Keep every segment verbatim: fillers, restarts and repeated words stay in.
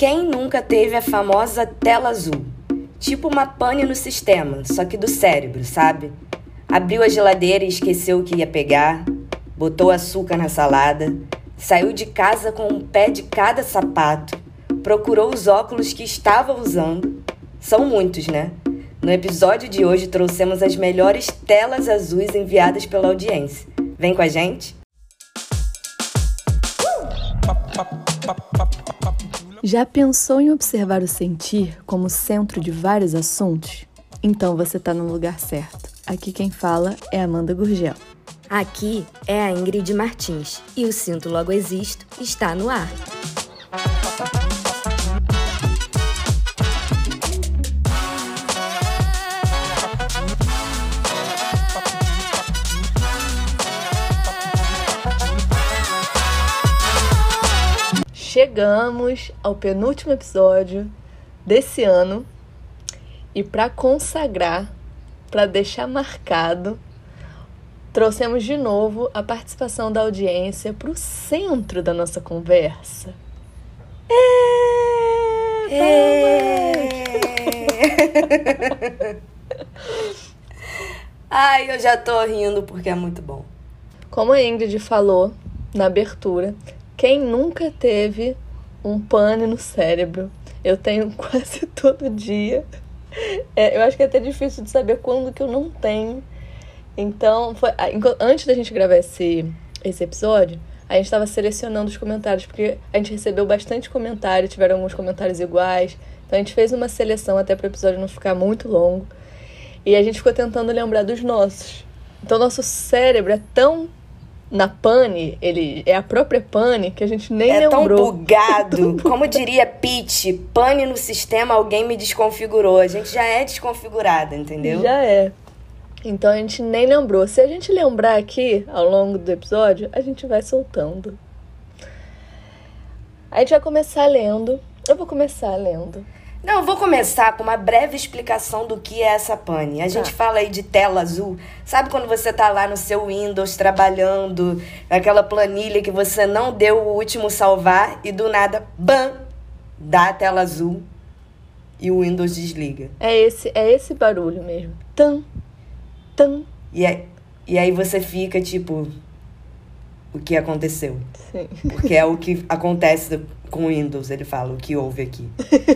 Quem nunca teve a famosa tela azul? Tipo uma pane no sistema, só que do cérebro, sabe? Abriu a geladeira e esqueceu o que ia pegar, botou açúcar na salada, saiu de casa com um pé de cada sapato, procurou os óculos que estava usando. São muitos, né? No episódio de hoje trouxemos as melhores telas azuis enviadas pela audiência. Vem com a gente? Já pensou em observar o sentir como centro de vários assuntos? Então você está no lugar certo. Aqui quem fala é Amanda Gurgel. Aqui é a Ingrid Martins e o Sinto Logo Existo está no ar. Chegamos ao penúltimo episódio desse ano e para consagrar, para deixar marcado, trouxemos de novo a participação da audiência para o centro da nossa conversa. É, Ai, eu já tô rindo porque é muito bom. Como a Ingrid falou na abertura, quem nunca teve um pane no cérebro? Eu tenho quase todo dia. É, eu acho que é até difícil de saber quando que eu não tenho. Então, foi, antes da gente gravar esse, esse episódio, a gente estava selecionando os comentários, porque a gente recebeu bastante comentário, tiveram alguns comentários iguais. Então a gente fez uma seleção até para o episódio não ficar muito longo. E a gente ficou tentando lembrar dos nossos. Então nosso cérebro é tão na pane, ele é a própria pane que a gente nem é lembrou. É tão bugado. Como diria Pete, pane no sistema, alguém me desconfigurou. A gente já é desconfigurada, entendeu? Já é. Então a gente nem lembrou. Se a gente lembrar aqui, ao longo do episódio, a gente vai soltando. A gente vai começar lendo. Eu vou começar lendo. Não, eu vou começar com uma breve explicação do que é essa pane. A gente Tá. fala aí de tela azul. Sabe quando você tá lá no seu Windows trabalhando, aquela planilha que você não deu o último salvar e do nada, bam, dá a tela azul e o Windows desliga. É esse, é esse barulho mesmo. Tam, tam. E aí, e aí você fica tipo, o que aconteceu? Sim. Porque é o que acontece com o Windows, ele fala, o que houve aqui.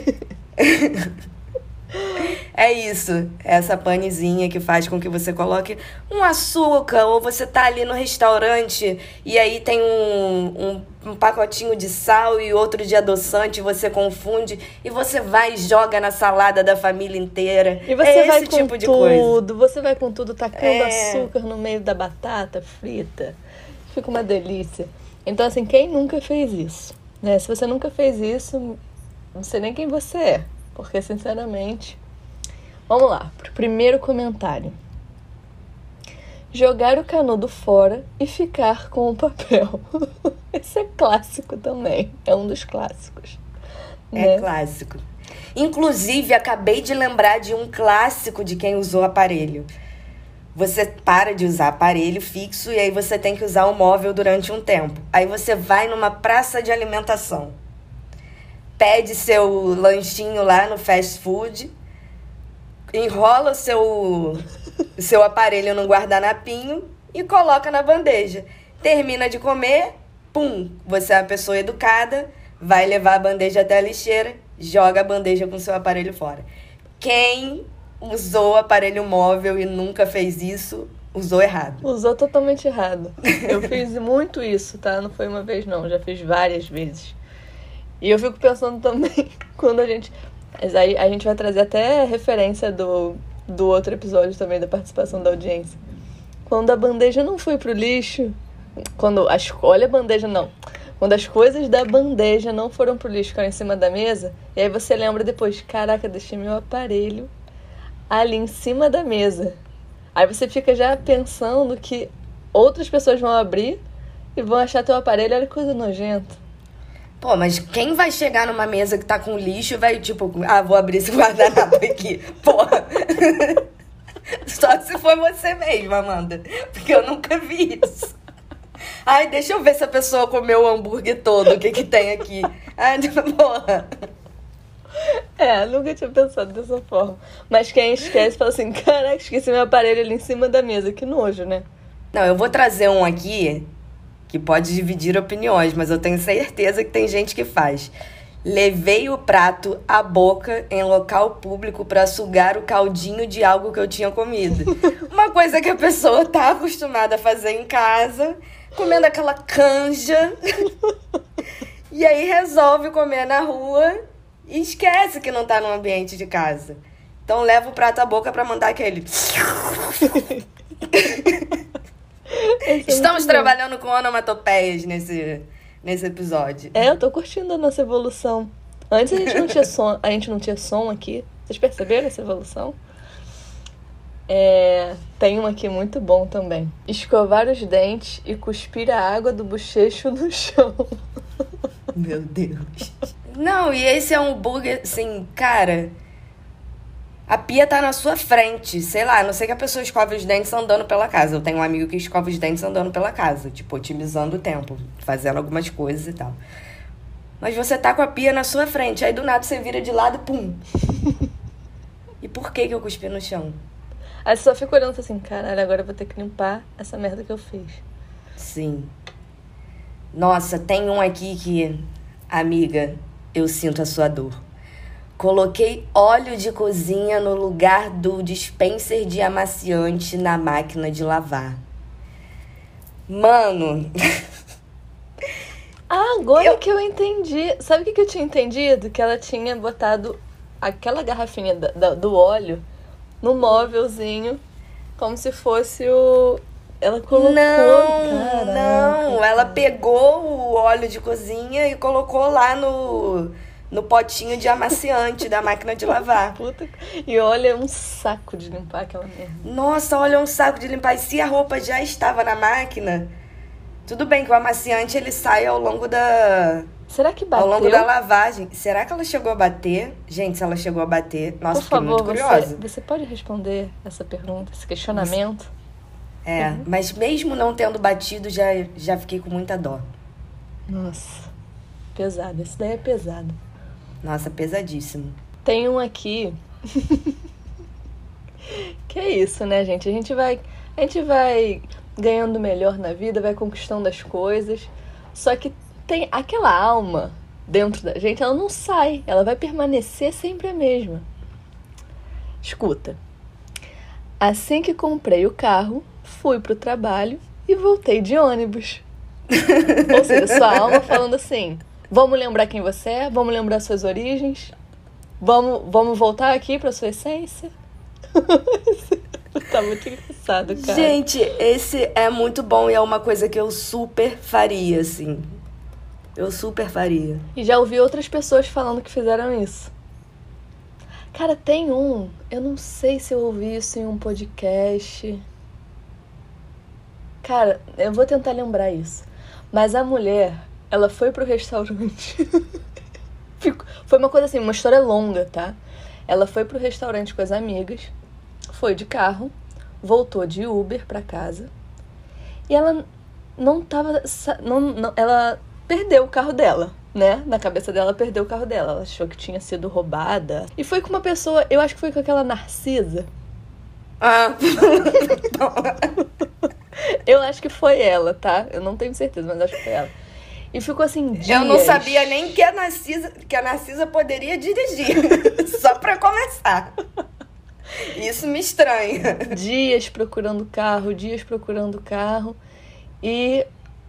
É isso, essa panezinha que faz com que você coloque um açúcar, ou você tá ali no restaurante e aí tem um, um, um pacotinho de sal e outro de adoçante, você confunde e você vai e joga na salada da família inteira. E você é vai esse com tipo de tudo, coisa. você vai com tudo tacando É. açúcar no meio da batata frita. Fica uma delícia. Então, assim, quem nunca fez isso? Né? Se você nunca fez isso, não sei nem quem você é. Porque, sinceramente... Vamos lá, pro primeiro comentário. Jogar o canudo fora e ficar com o papel. Esse é clássico também. É um dos clássicos. É né? clássico. Inclusive, acabei de lembrar de um clássico de quem usou aparelho. Você para de usar aparelho fixo e aí você tem que usar o móvel durante um tempo. Aí você vai numa praça de alimentação. Pede seu lanchinho lá no fast food, enrola o seu, seu aparelho no guardanapinho e coloca na bandeja. Termina de comer, pum, você é uma pessoa educada, vai levar a bandeja até a lixeira, joga a bandeja com seu aparelho fora. Quem usou aparelho móvel e nunca fez isso, usou errado. Usou totalmente errado. Eu fiz muito isso, tá? Não foi uma vez, não. Já fiz várias vezes. E eu fico pensando também, quando a gente... Mas aí a gente vai trazer até referência do, do outro episódio também, da participação da audiência. Quando a bandeja não foi pro lixo, quando a escolha a bandeja não, quando as coisas da bandeja não foram pro lixo, ficaram em cima da mesa, e aí você lembra depois, caraca, deixei meu aparelho ali em cima da mesa. Aí você fica já pensando que outras pessoas vão abrir e vão achar teu aparelho, olha que coisa nojenta. Pô, mas quem vai chegar numa mesa que tá com lixo e vai, tipo, ah, vou abrir esse guardanapo aqui. Porra. Só se for você mesmo, Amanda. Porque eu nunca vi isso. Ai, deixa eu ver se a pessoa comeu o hambúrguer todo. O que que tem aqui? Ai, porra. É, nunca tinha pensado dessa forma. Mas quem esquece fala assim, caraca, esqueci meu aparelho ali em cima da mesa. Que nojo, né? Não, eu vou trazer um aqui que pode dividir opiniões, mas eu tenho certeza que tem gente que faz. Levei o prato à boca em local público para sugar o caldinho de algo que eu tinha comido. Uma coisa que a pessoa tá acostumada a fazer em casa, comendo aquela canja, e aí resolve comer na rua e esquece que não tá no ambiente de casa. Então leva o prato à boca para mandar aquele... Estamos trabalhando com onomatopeias nesse... nesse episódio. É, eu tô curtindo a nossa evolução. Antes a gente não tinha som, a gente não tinha som aqui. Vocês perceberam essa evolução? É, tem um aqui muito bom também. Escovar os dentes e cuspir a água do bochecho no chão. Meu Deus. Não, e esse é um bug, assim, cara... A pia tá na sua frente, sei lá, a não sei que a pessoa escova os dentes andando pela casa. Eu tenho um amigo que escova os dentes andando pela casa, tipo, otimizando o tempo, fazendo algumas coisas e tal. Mas você tá com a pia na sua frente, aí do nada você vira de lado e pum. E por que que eu cuspi no chão? Aí você só fica olhando assim, caralho, agora eu vou ter que limpar essa merda que eu fiz. Sim. Nossa, tem um aqui que, amiga, eu sinto a sua dor. Coloquei óleo de cozinha no lugar do dispenser de amaciante na máquina de lavar. Mano... Ah, agora eu... que eu entendi. Sabe o que, que eu tinha entendido? Que ela tinha botado aquela garrafinha da, da, do óleo no móvelzinho, como se fosse o... Ela colocou... Não, Caraca, não. Ela pegou o óleo de cozinha e colocou lá no... no potinho de amaciante da máquina de lavar. Puta. E olha, é um saco de limpar aquela merda. Nossa, olha, é um saco de limpar. E se a roupa já estava na máquina, tudo bem que o amaciante ele sai ao longo da... Será que bateu? Ao longo da lavagem. Será que ela chegou a bater? Gente, se ela chegou a bater... Nossa, Por fiquei favor, muito curiosa. Você, você pode responder essa pergunta, esse questionamento? É, uhum. Mas mesmo não tendo batido, já, já fiquei com muita dó. Nossa, pesado. Esse daí é pesado. Nossa, pesadíssimo. Tem um aqui... que é isso, né, gente? A gente vai... A gente vai ganhando melhor na vida, vai conquistando as coisas. Só que tem aquela alma dentro da gente, ela não sai. Ela vai permanecer sempre a mesma. Escuta. Assim que comprei o carro, fui pro trabalho e voltei de ônibus. Ou seja, sua alma falando assim... Vamos lembrar quem você é, vamos lembrar suas origens, vamos, vamos voltar aqui pra sua essência. Tá muito engraçado, cara. Gente, esse é muito bom e é uma coisa que eu super faria, assim. Eu super faria. E já ouvi outras pessoas falando que fizeram isso. Cara, tem um, eu não sei se eu ouvi isso em um podcast. Cara, eu vou tentar lembrar isso. Mas a mulher... Ela foi pro restaurante. Foi uma coisa assim, uma história longa, tá? Ela foi pro restaurante com as amigas, foi de carro, voltou de Uber pra casa. E ela não tava... Não, não, ela perdeu o carro dela, né? Na cabeça dela, perdeu o carro dela. Ela achou que tinha sido roubada. E foi com uma pessoa... Eu acho que foi com aquela Narcisa. Ah... Eu acho que foi ela, tá? Eu não tenho certeza, mas acho que foi ela. E ficou assim, dias... Eu não sabia nem que a Narcisa, que a Narcisa poderia dirigir. Só pra começar. Isso me estranha. Dias procurando carro, dias procurando carro. E...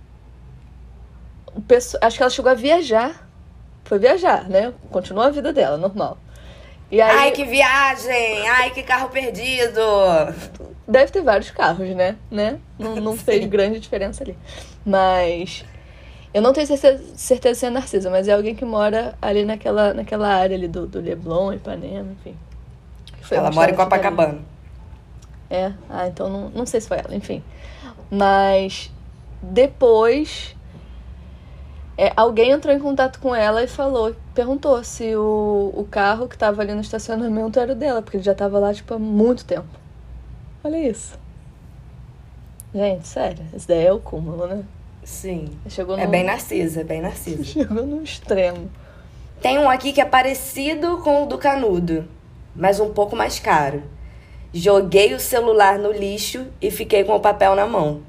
O pessoal, acho que ela chegou a viajar. Foi viajar, né? Continuou a vida dela, normal. E aí... Ai, que viagem! Ai, que carro perdido! Deve ter vários carros, né? né? Não, não fez grande diferença ali. Mas... Eu não tenho certeza, certeza se é Narcisa, mas é alguém que mora ali naquela, naquela área ali do, do Leblon, Ipanema, enfim. Foi ela mora em Copacabana. É? Ah, então não, não sei se foi ela, enfim. Mas depois é, alguém entrou em contato com ela e falou, perguntou se o, o carro que tava ali no estacionamento era o dela, porque ele já tava lá, tipo, há muito tempo. Olha isso. Gente, sério, esse daí é o cúmulo, né? Sim. Chegou é no... bem Narcisa, é bem Narcisa. Chegou no extremo. Tem um aqui que é parecido com o do Canudo, mas um pouco mais caro. Joguei o celular no lixo e fiquei com o papel na mão.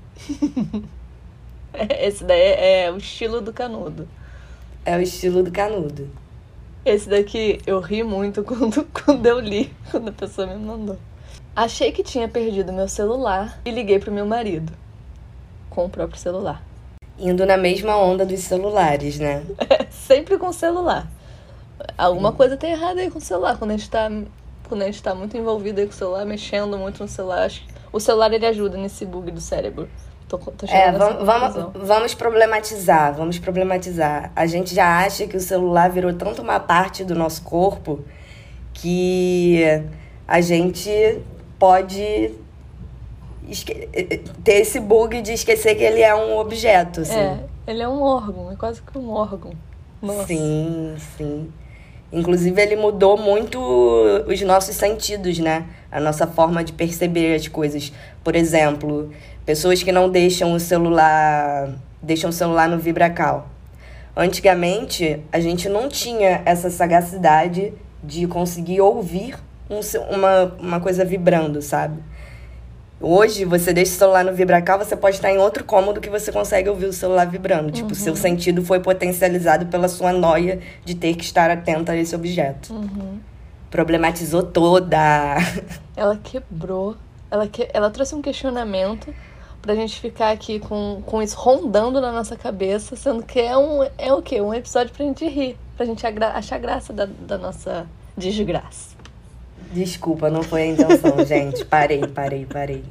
Esse daí é o estilo do Canudo. É o estilo do Canudo. Esse daqui eu ri muito quando, quando eu li, quando a pessoa me mandou. Achei que tinha perdido meu celular e liguei pro meu marido. Com o próprio celular. Indo na mesma onda dos celulares, né? É, sempre com o celular. Alguma coisa tem errado aí com o celular. Quando a gente tá, quando a gente tá muito envolvido aí com o celular, mexendo muito no celular. Acho que o celular, ele ajuda nesse bug do cérebro. Tô, tô é, vamos, vamos, vamos problematizar, vamos problematizar. A gente já acha que o celular virou tanto uma parte do nosso corpo que a gente pode esque- ter esse bug de esquecer que ele é um objeto, assim. É, ele é um órgão, é quase que um órgão. Nossa. Sim, sim. Inclusive, ele mudou muito os nossos sentidos, né? A nossa forma de perceber as coisas. Por exemplo, pessoas que não deixam o celular, deixam o celular no vibracal. Antigamente, a gente não tinha essa sagacidade de conseguir ouvir um, uma, uma coisa vibrando, sabe? Hoje, você deixa o celular no vibracal, você pode estar em outro cômodo que você consegue ouvir o celular vibrando. Uhum. Tipo, seu sentido foi potencializado pela sua noia de ter que estar atenta a esse objeto. Uhum. Problematizou toda. Ela quebrou. Ela, que... Ela trouxe um questionamento pra gente ficar aqui com, com isso rondando na nossa cabeça, sendo que é, um, é o quê? Um episódio pra gente rir, pra gente agra... achar graça da, da nossa desgraça. Desculpa, não foi a intenção, gente. Parei, parei, parei.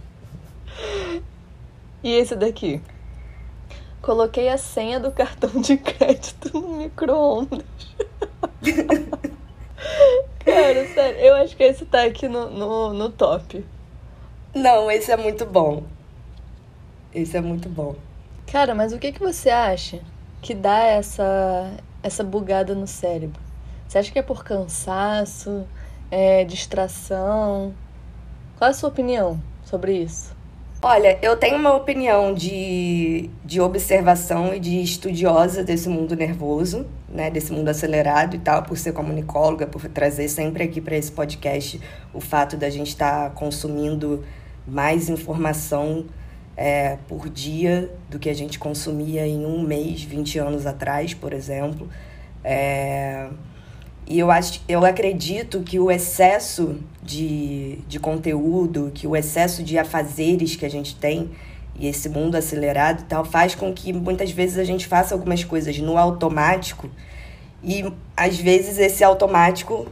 E esse daqui? Coloquei a senha do cartão de crédito no micro-ondas. Cara, sério, eu acho que esse tá aqui no, no, no top. Não, esse é muito bom. Esse é muito bom. Cara, mas o que, que você acha que dá essa, essa bugada no cérebro? Você acha que é por cansaço? É, distração? Qual é a sua opinião sobre isso? Olha, eu tenho uma opinião de, de observação e de estudiosa desse mundo nervoso, né, desse mundo acelerado e tal, por ser comunicóloga, por trazer sempre aqui para esse podcast o fato da gente estar tá consumindo mais informação é, por dia do que a gente consumia em um mês, vinte anos atrás, por exemplo. É... E eu, acho, eu acredito que o excesso de, de conteúdo, que o excesso de afazeres que a gente tem, e esse mundo acelerado e tal, faz com que muitas vezes a gente faça algumas coisas no automático e, às vezes, esse automático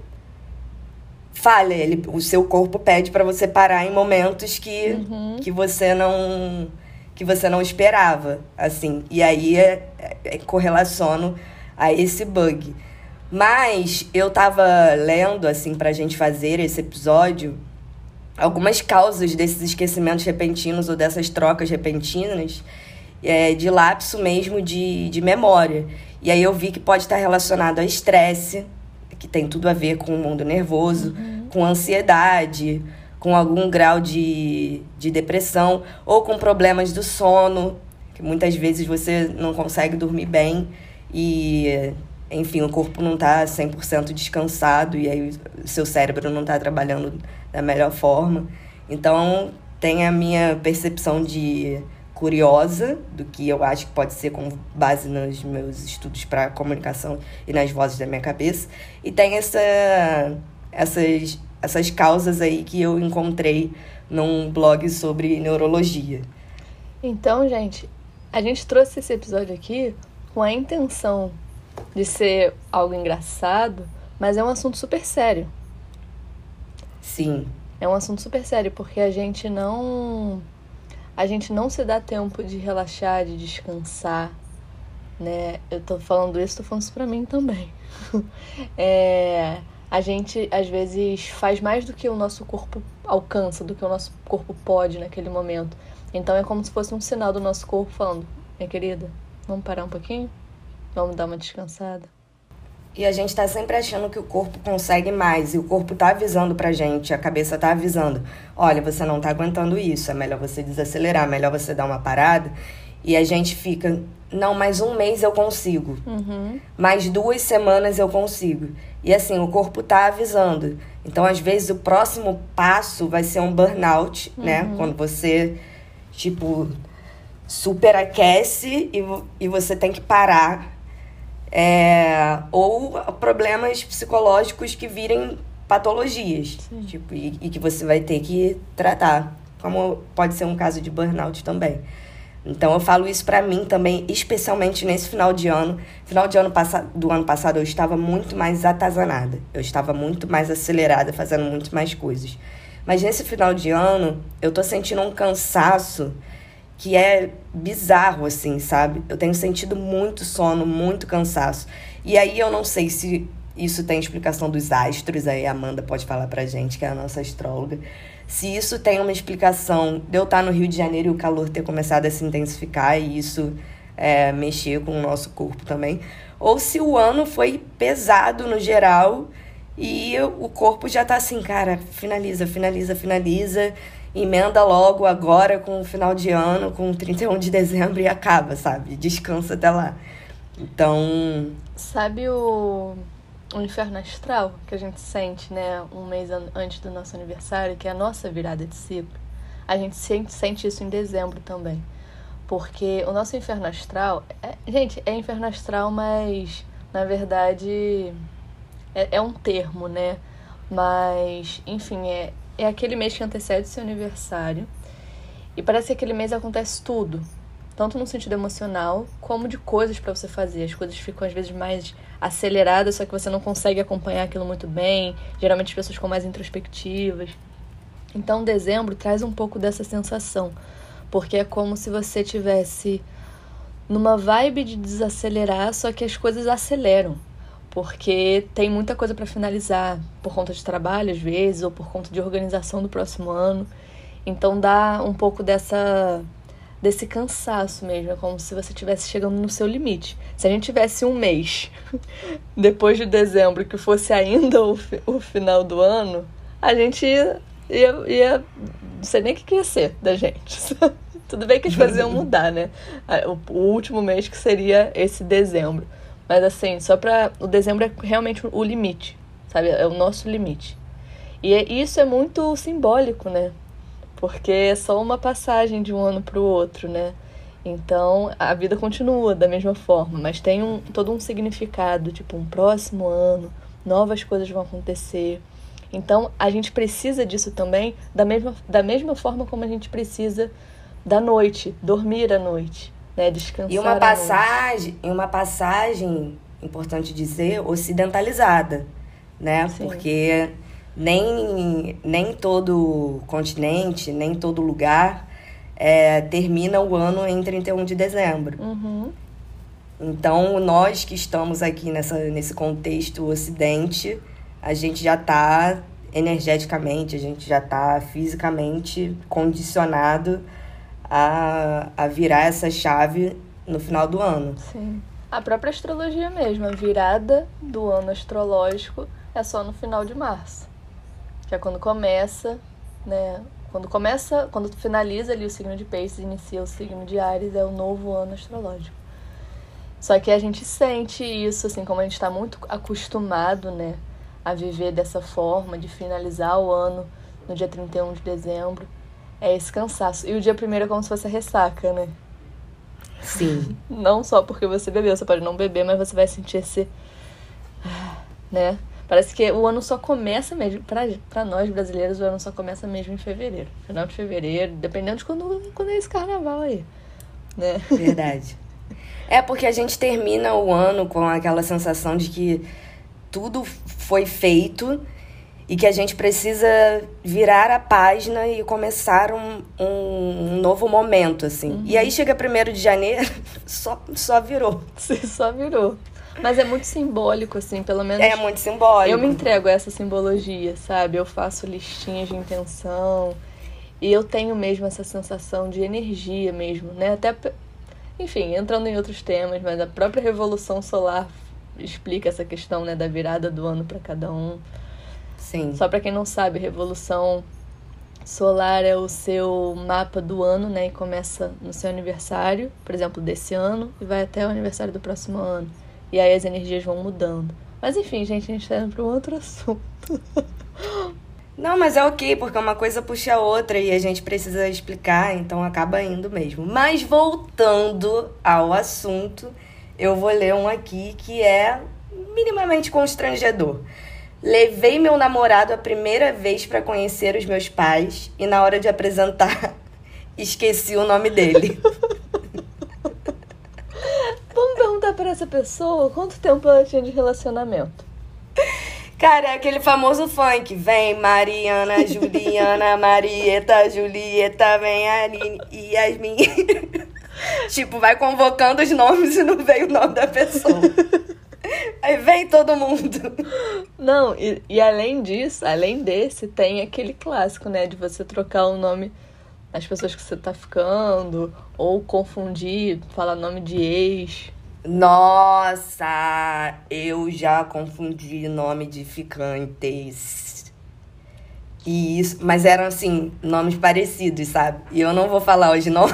falha. Ele, o seu corpo pede para você parar em momentos que, uhum. que, você não, que você não esperava, assim. E aí é, é, correlaciono a esse bug. Mas eu tava lendo, assim, pra gente fazer esse episódio, algumas causas desses esquecimentos repentinos ou dessas trocas repentinas, é, de lapso mesmo de, de memória. E aí eu vi que pode estar relacionado a estresse, que tem tudo a ver com o mundo nervoso, uhum. com ansiedade, com algum grau de, de depressão, ou com problemas do sono, que muitas vezes você não consegue dormir bem e... Enfim, o corpo não está cem por cento descansado e aí o seu cérebro não está trabalhando da melhor forma. Então, tem a minha percepção de curiosa, do que eu acho que pode ser com base nos meus estudos para comunicação e nas vozes da minha cabeça. E tem essa, essas, essas causas aí que eu encontrei num blog sobre neurologia. Então, gente, a gente trouxe esse episódio aqui com a intenção de ser algo engraçado, mas é um assunto super sério. Sim. É um assunto super sério, porque a gente não... A gente não se dá tempo de relaxar, de descansar, né? Eu tô falando isso, tô falando isso pra mim também. É, a gente, às vezes, faz mais do que o nosso corpo alcança, do que o nosso corpo pode naquele momento. Então é como se fosse um sinal do nosso corpo falando: minha querida, vamos parar um pouquinho? Vamos dar uma descansada. E a gente tá sempre achando que o corpo consegue mais. E o corpo tá avisando pra gente, a cabeça tá avisando. Olha, você não tá aguentando isso, é melhor você desacelerar, é melhor você dar uma parada. E a gente fica, não, mais um mês eu consigo. Uhum. Mais duas semanas eu consigo. E assim, o corpo tá avisando. Então, às vezes, o próximo passo vai ser um burnout, uhum. né? Quando você, tipo, superaquece e, e você tem que parar. É, ou problemas psicológicos que virem patologias. Tipo, e, e que você vai ter que tratar. Como pode ser um caso de burnout também. Então, eu falo isso pra mim também, especialmente nesse final de ano. Final de ano passado, do ano passado, eu estava muito mais atazanada. Eu estava muito mais acelerada, fazendo muito mais coisas. Mas nesse final de ano, eu tô sentindo um cansaço que é bizarro, assim, sabe? Eu tenho sentido muito sono, muito cansaço. E aí, eu não sei se isso tem explicação dos astros. Aí a Amanda pode falar pra gente, que é a nossa astróloga. Se isso tem uma explicação de eu estar no Rio de Janeiro e o calor ter começado a se intensificar e isso é, mexer com o nosso corpo também. Ou se o ano foi pesado no geral e o corpo já tá assim, cara, finaliza, finaliza, finaliza, emenda logo agora com o final de ano, com trinta e um de dezembro e acaba, sabe? Descansa até lá. Então... Sabe o... o inferno astral que a gente sente, né, um mês an- antes do nosso aniversário, que é a nossa virada de ciclo? A gente sente, sente isso em dezembro também. Porque o nosso inferno astral... É, gente, é inferno astral, mas, na verdade, é, é um termo, né? Mas, enfim, é, é aquele mês que antecede seu aniversário. E parece que aquele mês acontece tudo. Tanto no sentido emocional, como de coisas pra você fazer. As coisas ficam, às vezes, mais aceleradas, só que você não consegue acompanhar aquilo muito bem. Geralmente as pessoas ficam mais introspectivas. Então, dezembro traz um pouco dessa sensação. Porque é como se você tivesse numa vibe de desacelerar, só que as coisas aceleram. Porque tem muita coisa pra finalizar, por conta de trabalho, às vezes, ou por conta de organização do próximo ano. Então, dá um pouco dessa... desse cansaço mesmo, é como se você estivesse chegando no seu limite. Se a gente tivesse um mês depois de dezembro que fosse ainda o, fi- o final do ano, a gente ia, ia, ia não sei nem o que que ia ser da gente. Tudo bem que as coisas iam mudar, né? O, o último mês que seria esse dezembro. Mas assim, só pra... O dezembro é realmente o limite, sabe? É o nosso limite. E é, isso é muito simbólico, né? Porque é só uma passagem de um ano para o outro, né? Então, a vida continua da mesma forma, mas tem um, todo um significado, tipo, um próximo ano, novas coisas vão acontecer. Então, a gente precisa disso também, da mesma, da mesma forma como a gente precisa da noite, dormir à noite, né? Descansar E uma à passagem, e uma passagem, importante dizer, ocidentalizada, né? Sim. Porque nem, nem todo continente, nem todo lugar é, termina o ano em trinta e um de dezembro. Uhum. Então, nós que estamos aqui nessa, nesse contexto ocidente, a gente já está energeticamente, a gente já está fisicamente condicionado a, a virar essa chave no final do ano. Sim. A própria astrologia mesmo, a virada do ano astrológico é só no final de março. Que é quando começa, né? Quando começa, quando finaliza ali o signo de Peixes, inicia o signo de Áries, é o novo ano astrológico. Só que a gente sente isso, assim, como a gente está muito acostumado, né, a viver dessa forma, de finalizar o ano no dia trinta e um de dezembro, é esse cansaço. E o dia primeiro é como se fosse a ressaca, né? Sim. Não só porque você bebeu, você pode não beber, mas você vai sentir esse... né? Parece que o ano só começa mesmo, pra, pra nós brasileiros, o ano só começa mesmo em fevereiro. Final de fevereiro, dependendo de quando, quando é esse carnaval aí, né? Verdade. É porque a gente termina o ano com aquela sensação de que tudo foi feito e que a gente precisa virar a página e começar um, um novo momento, assim. Uhum. E aí chega primeiro de janeiro, só, só virou. Sim, só virou. Mas é muito simbólico, assim, pelo menos... É muito simbólico. Eu me entrego a essa simbologia, sabe? Eu faço listinhas de intenção e eu tenho mesmo essa sensação de energia mesmo, né? Até, enfim, entrando em outros temas, mas a própria Revolução Solar explica essa questão, né, da virada do ano para cada um. Sim. Só para quem não sabe, Revolução Solar é o seu mapa do ano, né? E começa no seu aniversário, por exemplo, desse ano, e vai até o aniversário do próximo ano. E aí as energias vão mudando. Mas enfim, gente, a gente tá indo pra um outro assunto. Não, mas é ok, porque uma coisa puxa a outra e a gente precisa explicar, então acaba indo mesmo. Mas voltando ao assunto, eu vou ler um aqui que é minimamente constrangedor. Levei meu namorado a primeira vez pra conhecer os meus pais e na hora de apresentar, esqueci o nome dele. Vamos perguntar pra essa pessoa quanto tempo ela tinha de relacionamento. Cara, é aquele famoso funk. Vem Mariana, Juliana, Marieta, Julieta, vem Aline e Yasmin. Tipo, vai convocando os nomes e não vem o nome da pessoa. Aí vem todo mundo. Não, e, e além disso, além desse, tem aquele clássico, né? De você trocar o nome das pessoas que você tá ficando, ou confundir, falar nome de ex. Nossa, eu já confundi nome de ficantes. E isso, mas eram assim, nomes parecidos, sabe? E eu não vou falar os nomes.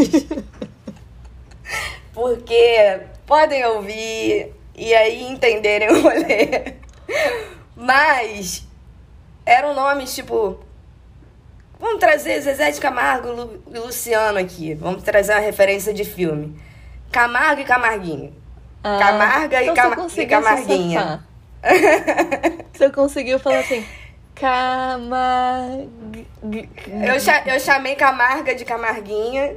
Porque podem ouvir e aí entenderem o rolê. Mas eram nomes tipo... Vamos trazer Zezé de Camargo Lu- e Luciano aqui. Vamos trazer uma referência de filme. Camargo e Camarguinho. Ah, Camarga e, então Cam- você e conseguiu Camarguinha. se safar. Você conseguiu falar assim... Camarg... Eu, cha- eu chamei Camarga de Camarguinha.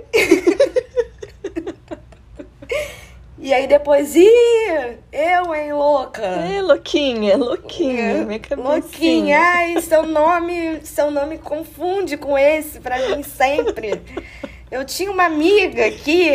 E aí depois, ih, eu, hein, louca. Ei, louquinha, louquinha, minha cabecinha. Louquinha, ai, seu nome, seu nome confunde com esse pra mim sempre. Eu tinha uma amiga que...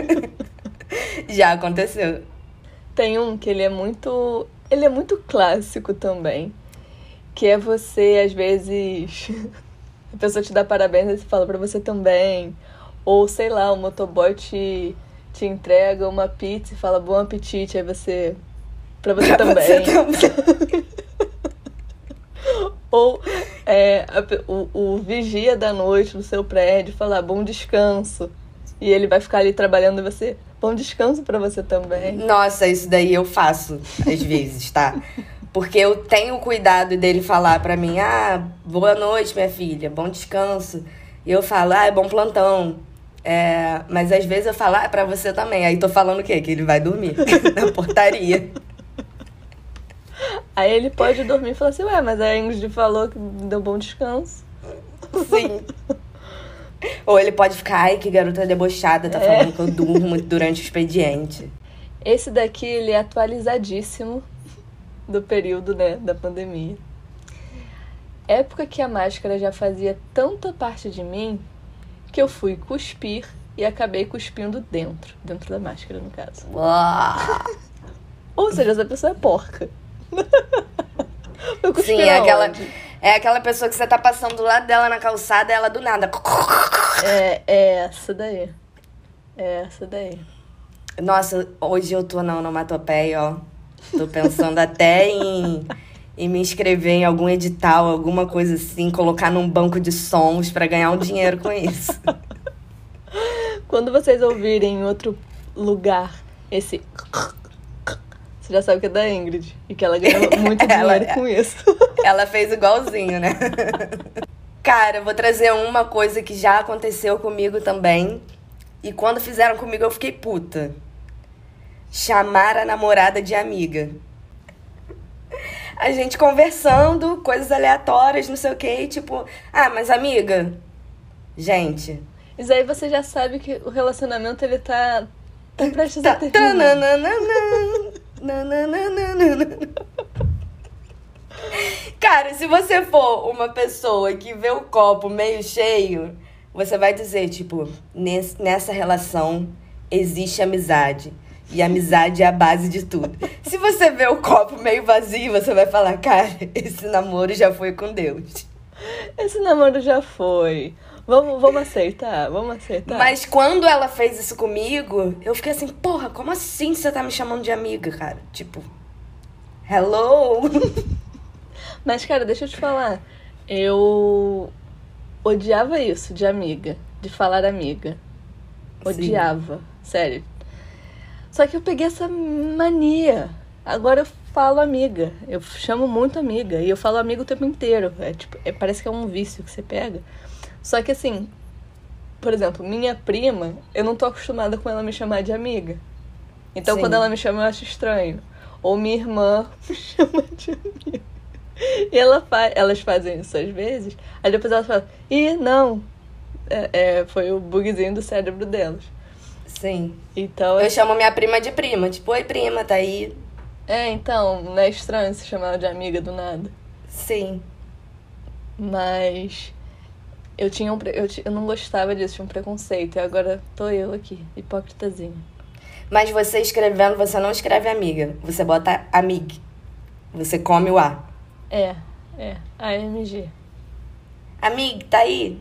Já aconteceu. Tem um que ele é muito... Ele é muito clássico também. Que é você, às vezes... A pessoa te dá parabéns e você fala pra você também. Ou, sei lá, o motoboy te, te entrega uma pizza e fala bom apetite. Aí você... Pra você Pra também. você também. Ou é, a pe- o, o vigia da noite no seu prédio falar bom descanso. E ele vai ficar ali trabalhando e você... Bom descanso pra você também. Nossa, isso daí eu faço às vezes, tá? Porque eu tenho cuidado dele falar pra mim, ah, boa noite, minha filha, bom descanso. E eu falo, ah, é bom plantão. É, mas às vezes eu falo, ah, é pra você também. Aí tô falando o quê? Que ele vai dormir na portaria. Aí ele pode dormir e falar assim, ué, mas a Ingrid falou que deu bom descanso. Sim. Ou ele pode ficar, ai, que garota debochada, tá É. falando que eu durmo durante o expediente. Esse daqui, ele é atualizadíssimo do período, né, da pandemia. Época que a máscara já fazia tanta parte de mim que eu fui cuspir e acabei cuspindo dentro. Dentro da máscara, no caso. Uau. Ou seja, essa pessoa é porca. Eu cuspi Sim, é aquela, aonde? é aquela pessoa que você tá passando do lado dela na calçada e ela do nada. É, é essa daí. É essa daí. Nossa, hoje eu tô na onomatopeia, ó. Tô pensando até em, em me inscrever em algum edital, alguma coisa assim, colocar num banco de sons pra ganhar um dinheiro com isso. Quando vocês ouvirem em outro lugar esse... Você já sabe que é da Ingrid. E que ela ganhou muito dinheiro Ela- com isso. Ela fez igualzinho, né? Cara, eu vou trazer uma coisa que já aconteceu comigo também. E quando fizeram comigo, eu fiquei puta. Chamar a namorada de amiga. A gente conversando, coisas aleatórias, não sei o quê. E tipo, ah, mas amiga... Gente... Isso aí você já sabe que o relacionamento, ele tá... Tá prestes Tá, a terminar. tananana, nananana. Cara, se você for uma pessoa que vê o copo meio cheio, você vai dizer, tipo, "Nes- nessa relação existe amizade. E amizade é a base de tudo." Se você vê o copo meio vazio, você vai falar, cara, esse namoro já foi com Deus. Esse namoro já foi. Vamos, vamos aceitar, vamos aceitar. Mas quando ela fez isso comigo, eu fiquei assim, porra, como assim você tá me chamando de amiga, cara? Tipo, hello? Mas, cara, deixa eu te falar. Eu... odiava isso de amiga, de falar amiga. Odiava, Sim. sério. Só que eu peguei essa mania. Agora eu falo amiga. Eu chamo muito amiga. E eu falo amiga o tempo inteiro. É, tipo, é, parece que é um vício que você pega. Só que assim, por exemplo, minha prima, eu não tô acostumada com ela me chamar de amiga. Então Sim. quando ela me chama eu acho estranho. Ou minha irmã me chama de amiga. E ela fa- elas fazem isso às vezes. Aí depois elas falam, ih, não. É, é, foi o bugzinho do cérebro delas. Sim. Então, eu chamo minha prima de prima. Tipo, oi prima, tá aí? É, então, não é estranho se chamar de amiga do nada. Sim. Mas eu tinha um, eu, eu não gostava disso, tinha um preconceito. E agora tô eu aqui, hipócritazinha. Mas você escrevendo, você não escreve amiga. Você bota amig. Você come o A. É, é. A M G. Amig, tá aí?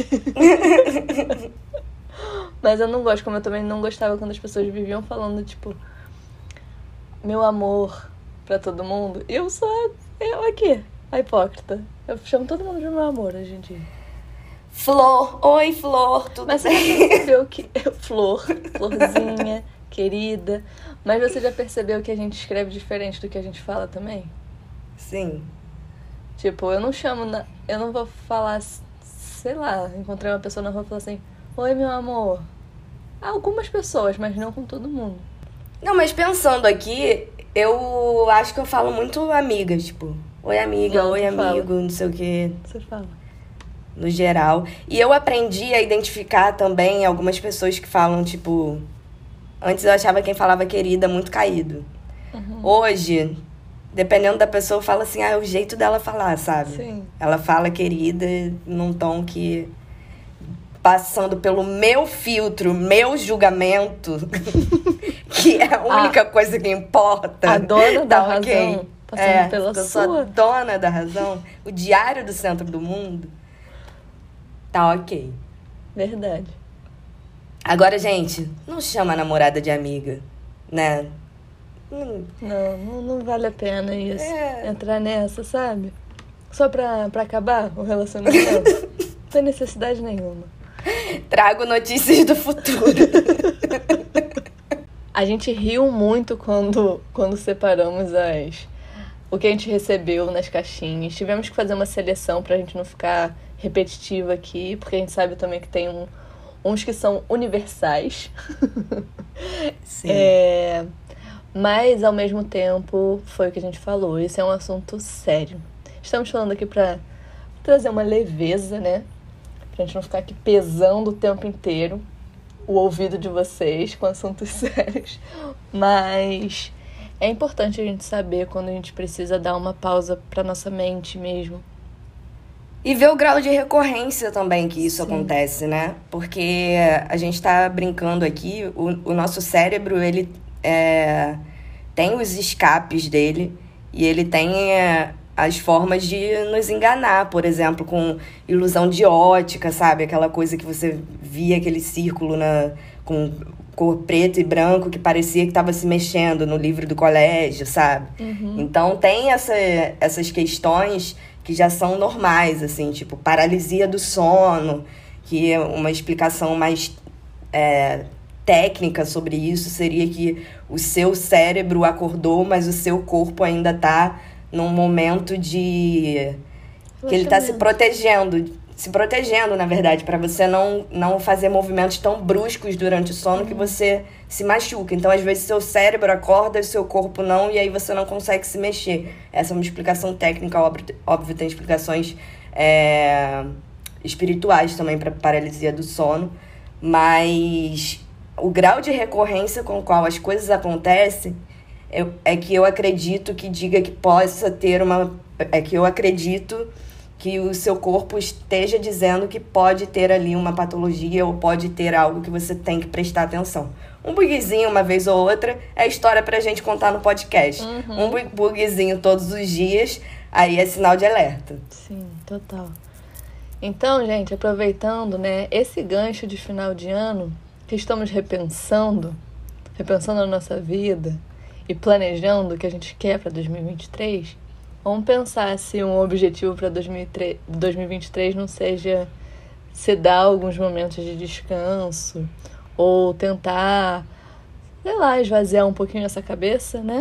Mas eu não gosto, como eu também não gostava quando as pessoas viviam falando, tipo, meu amor pra todo mundo. Eu sou eu aqui, a hipócrita. Eu chamo todo mundo de meu amor hoje em dia. Flor, oi Flor, tudo Mas bem? você já percebeu que... Flor, florzinha, querida. Mas você já percebeu que a gente escreve diferente do que a gente fala também? Sim. Tipo, eu não chamo... Na... Eu não vou falar... Sei lá, encontrei uma pessoa na rua e falar assim... Oi, meu amor. Algumas pessoas, mas não com todo mundo. Não, mas pensando aqui, eu acho que eu falo muito amiga, tipo... Oi, amiga, Não, oi, tu fala. amigo, não sei o quê. Você fala. No geral. E eu aprendi a identificar também algumas pessoas que falam, tipo... Antes eu achava quem falava querida muito caído. Uhum. Hoje, dependendo da pessoa, eu falo assim, ah, é o jeito dela falar, sabe? Sim. Ela fala querida num tom que... Passando pelo meu filtro, meu julgamento, que é a única ah, coisa que importa. A dona da tá, okay? razão. Passando é, pela eu sua. sou a dona da razão. O diário do centro do mundo. Tá ok. Verdade. Agora, gente, não chama a namorada de amiga, né? Hum. Não, não, não vale a pena isso. É. Entrar nessa, sabe? Só pra, pra acabar o relacionamento. Não tem necessidade nenhuma. Trago notícias do futuro. A gente riu muito quando, quando separamos as, o que a gente recebeu nas caixinhas. Tivemos que fazer uma seleção pra gente não ficar repetitiva aqui, porque a gente sabe também que tem um, uns que são universais. Sim. É, mas, ao mesmo tempo, foi o que a gente falou. Esse é um assunto sério. Estamos falando aqui pra trazer uma leveza, né? Pra gente não ficar aqui pesando o tempo inteiro o ouvido de vocês com assuntos sérios. Mas é importante a gente saber quando a gente precisa dar uma pausa pra nossa mente mesmo. E ver o grau de recorrência também que isso Sim. acontece, né? Porque a gente tá brincando aqui, o, o nosso cérebro, ele é, tem os escapes dele e ele tem... É, as formas de nos enganar, por exemplo, com ilusão de ótica, sabe? Aquela coisa que você via aquele círculo na, com cor preto e branco que parecia que estava se mexendo no livro do colégio, sabe? Uhum. Então tem essa, essas questões que já são normais, assim, tipo paralisia do sono, que é uma explicação mais é, técnica sobre isso seria que o seu cérebro acordou, mas o seu corpo ainda está num momento de... que ele tá se protegendo, se protegendo, na verdade, para você não, não fazer movimentos tão bruscos durante o sono, uhum, que você se machuca. Então, às vezes, seu cérebro acorda e seu corpo não, e aí você não consegue se mexer. Essa é uma explicação técnica, óbvio, óbvio tem explicações é, espirituais também para paralisia do sono, mas o grau de recorrência com o qual as coisas acontecem Eu, é que eu acredito que diga que possa ter uma... É que eu acredito que o seu corpo esteja dizendo que pode ter ali uma patologia ou pode ter algo que você tem que prestar atenção. Um bugzinho uma vez ou outra é história pra gente contar no podcast. Uhum. Um bugzinho todos os dias, aí é sinal de alerta. Sim, total. Então, gente, aproveitando, né, esse gancho de final de ano que estamos repensando, repensando a nossa vida e planejando o que a gente quer para dois mil e vinte e três, vamos pensar se um objetivo para dois mil e vinte e três não seja se dar alguns momentos de descanso ou tentar, sei lá, esvaziar um pouquinho essa cabeça, né?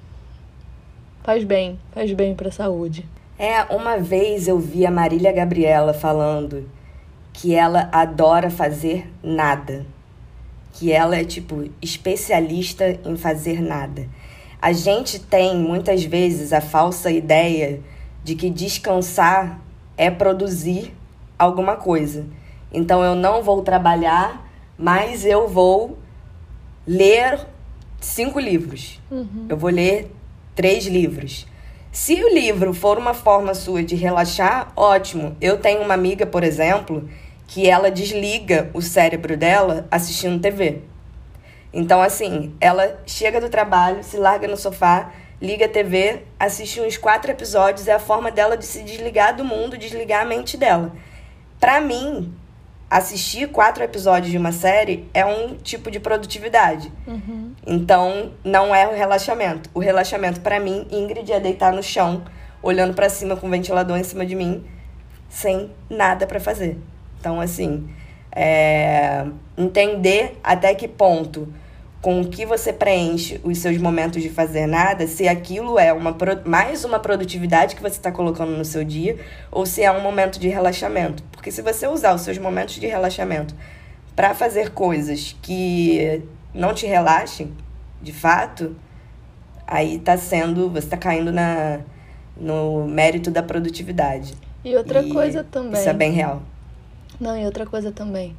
Faz bem, faz bem pra saúde. É, uma vez eu vi a Marília Gabriela falando que ela adora fazer nada. Que ela é, tipo, especialista em fazer nada. A gente tem, muitas vezes, a falsa ideia de que descansar é produzir alguma coisa. Então, eu não vou trabalhar, mas eu vou ler cinco livros. Uhum. Eu vou ler três livros. Se o livro for uma forma sua de relaxar, ótimo. Eu tenho uma amiga, por exemplo, que ela desliga o cérebro dela assistindo T V. Então, assim, ela chega do trabalho, se larga no sofá, liga a T V, assiste uns quatro episódios, é a forma dela de se desligar do mundo, desligar a mente dela. Pra mim, assistir quatro episódios de uma série é um tipo de produtividade. Uhum. Então, não é o relaxamento. O relaxamento, pra mim, Ingrid, é deitar no chão, olhando pra cima com o ventilador em cima de mim, sem nada pra fazer. Então, assim, é... entender até que ponto, com o que você preenche os seus momentos de fazer nada, se aquilo é uma pro... mais uma produtividade que você está colocando no seu dia, ou se é um momento de relaxamento. Porque se você usar os seus momentos de relaxamento para fazer coisas que não te relaxem, de fato, aí tá sendo, você está caindo na, no mérito da produtividade. E outra E coisa também. Isso é bem real. Não, e outra coisa também.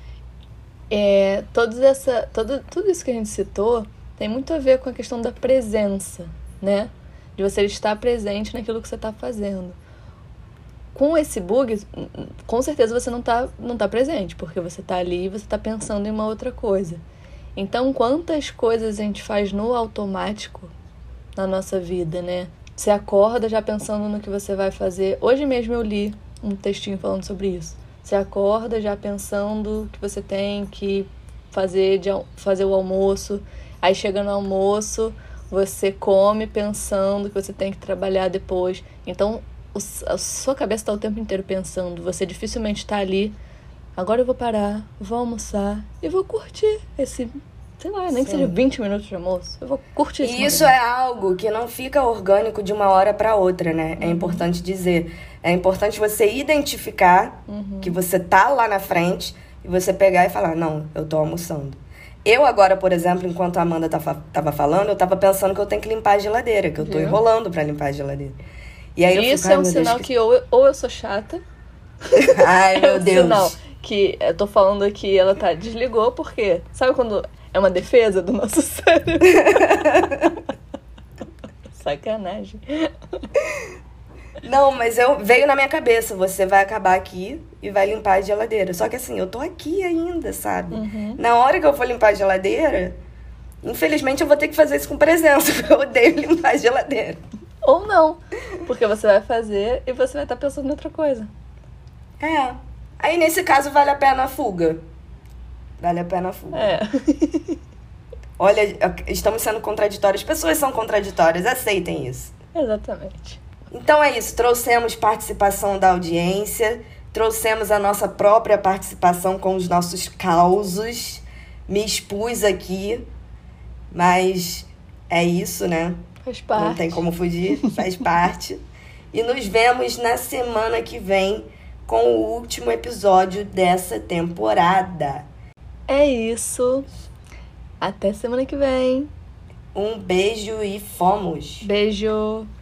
É, todos essa, todo, tudo isso que a gente citou tem muito a ver com a questão da presença, né? De você estar presente naquilo que você está fazendo. Com esse bug, com certeza você não está não tá presente, porque você está ali e você está pensando em uma outra coisa. Então, quantas coisas a gente faz no automático na nossa vida, né? Você acorda já pensando no que você vai fazer. Hoje mesmo eu li um textinho falando sobre isso. Você acorda já pensando que você tem que fazer, de, fazer o almoço. Aí chega no almoço, você come pensando que você tem que trabalhar depois. Então, o, a sua cabeça está o tempo inteiro pensando. Você dificilmente está ali. Agora eu vou parar, vou almoçar e vou curtir esse, sei lá, nem que seja vinte minutos de almoço. Eu vou curtir esse E isso é algo que não fica orgânico de uma hora para outra, né? É importante dizer. É importante você identificar Uhum. que você tá lá na frente e você pegar e falar, não, eu tô almoçando. Eu agora, por exemplo, enquanto a Amanda tava, tava falando, eu tava pensando que eu tenho que limpar a geladeira, que eu tô Viu? enrolando pra limpar a geladeira. E aí eu Isso fico, ai, é um meu Deus, sinal que... que ou eu, ou eu sou chata. Ai, É meu um Deus. sinal que eu tô falando aqui, ela tá, desligou, porque sabe quando é uma defesa do nosso cérebro? Sacanagem. Não, mas eu veio na minha cabeça, você vai acabar aqui e vai limpar a geladeira. Só que assim, eu tô aqui ainda, sabe? Uhum. Na hora que eu for limpar a geladeira, infelizmente eu vou ter que fazer isso com presença, porque eu odeio limpar a geladeira. Ou não, porque você vai fazer e você vai estar pensando em outra coisa. É. Aí nesse caso vale a pena a fuga. Vale a pena a fuga. É. Olha, estamos sendo contraditórios. As pessoas são contraditórias, aceitem isso. Exatamente. Então é isso, trouxemos participação da audiência, trouxemos a nossa própria participação com os nossos causos, me expus aqui, mas é isso, né? Faz parte. Não tem como fugir, faz parte. E nos vemos na semana que vem com o último episódio dessa temporada. É isso. Até semana que vem. Um beijo e fomos! Beijo.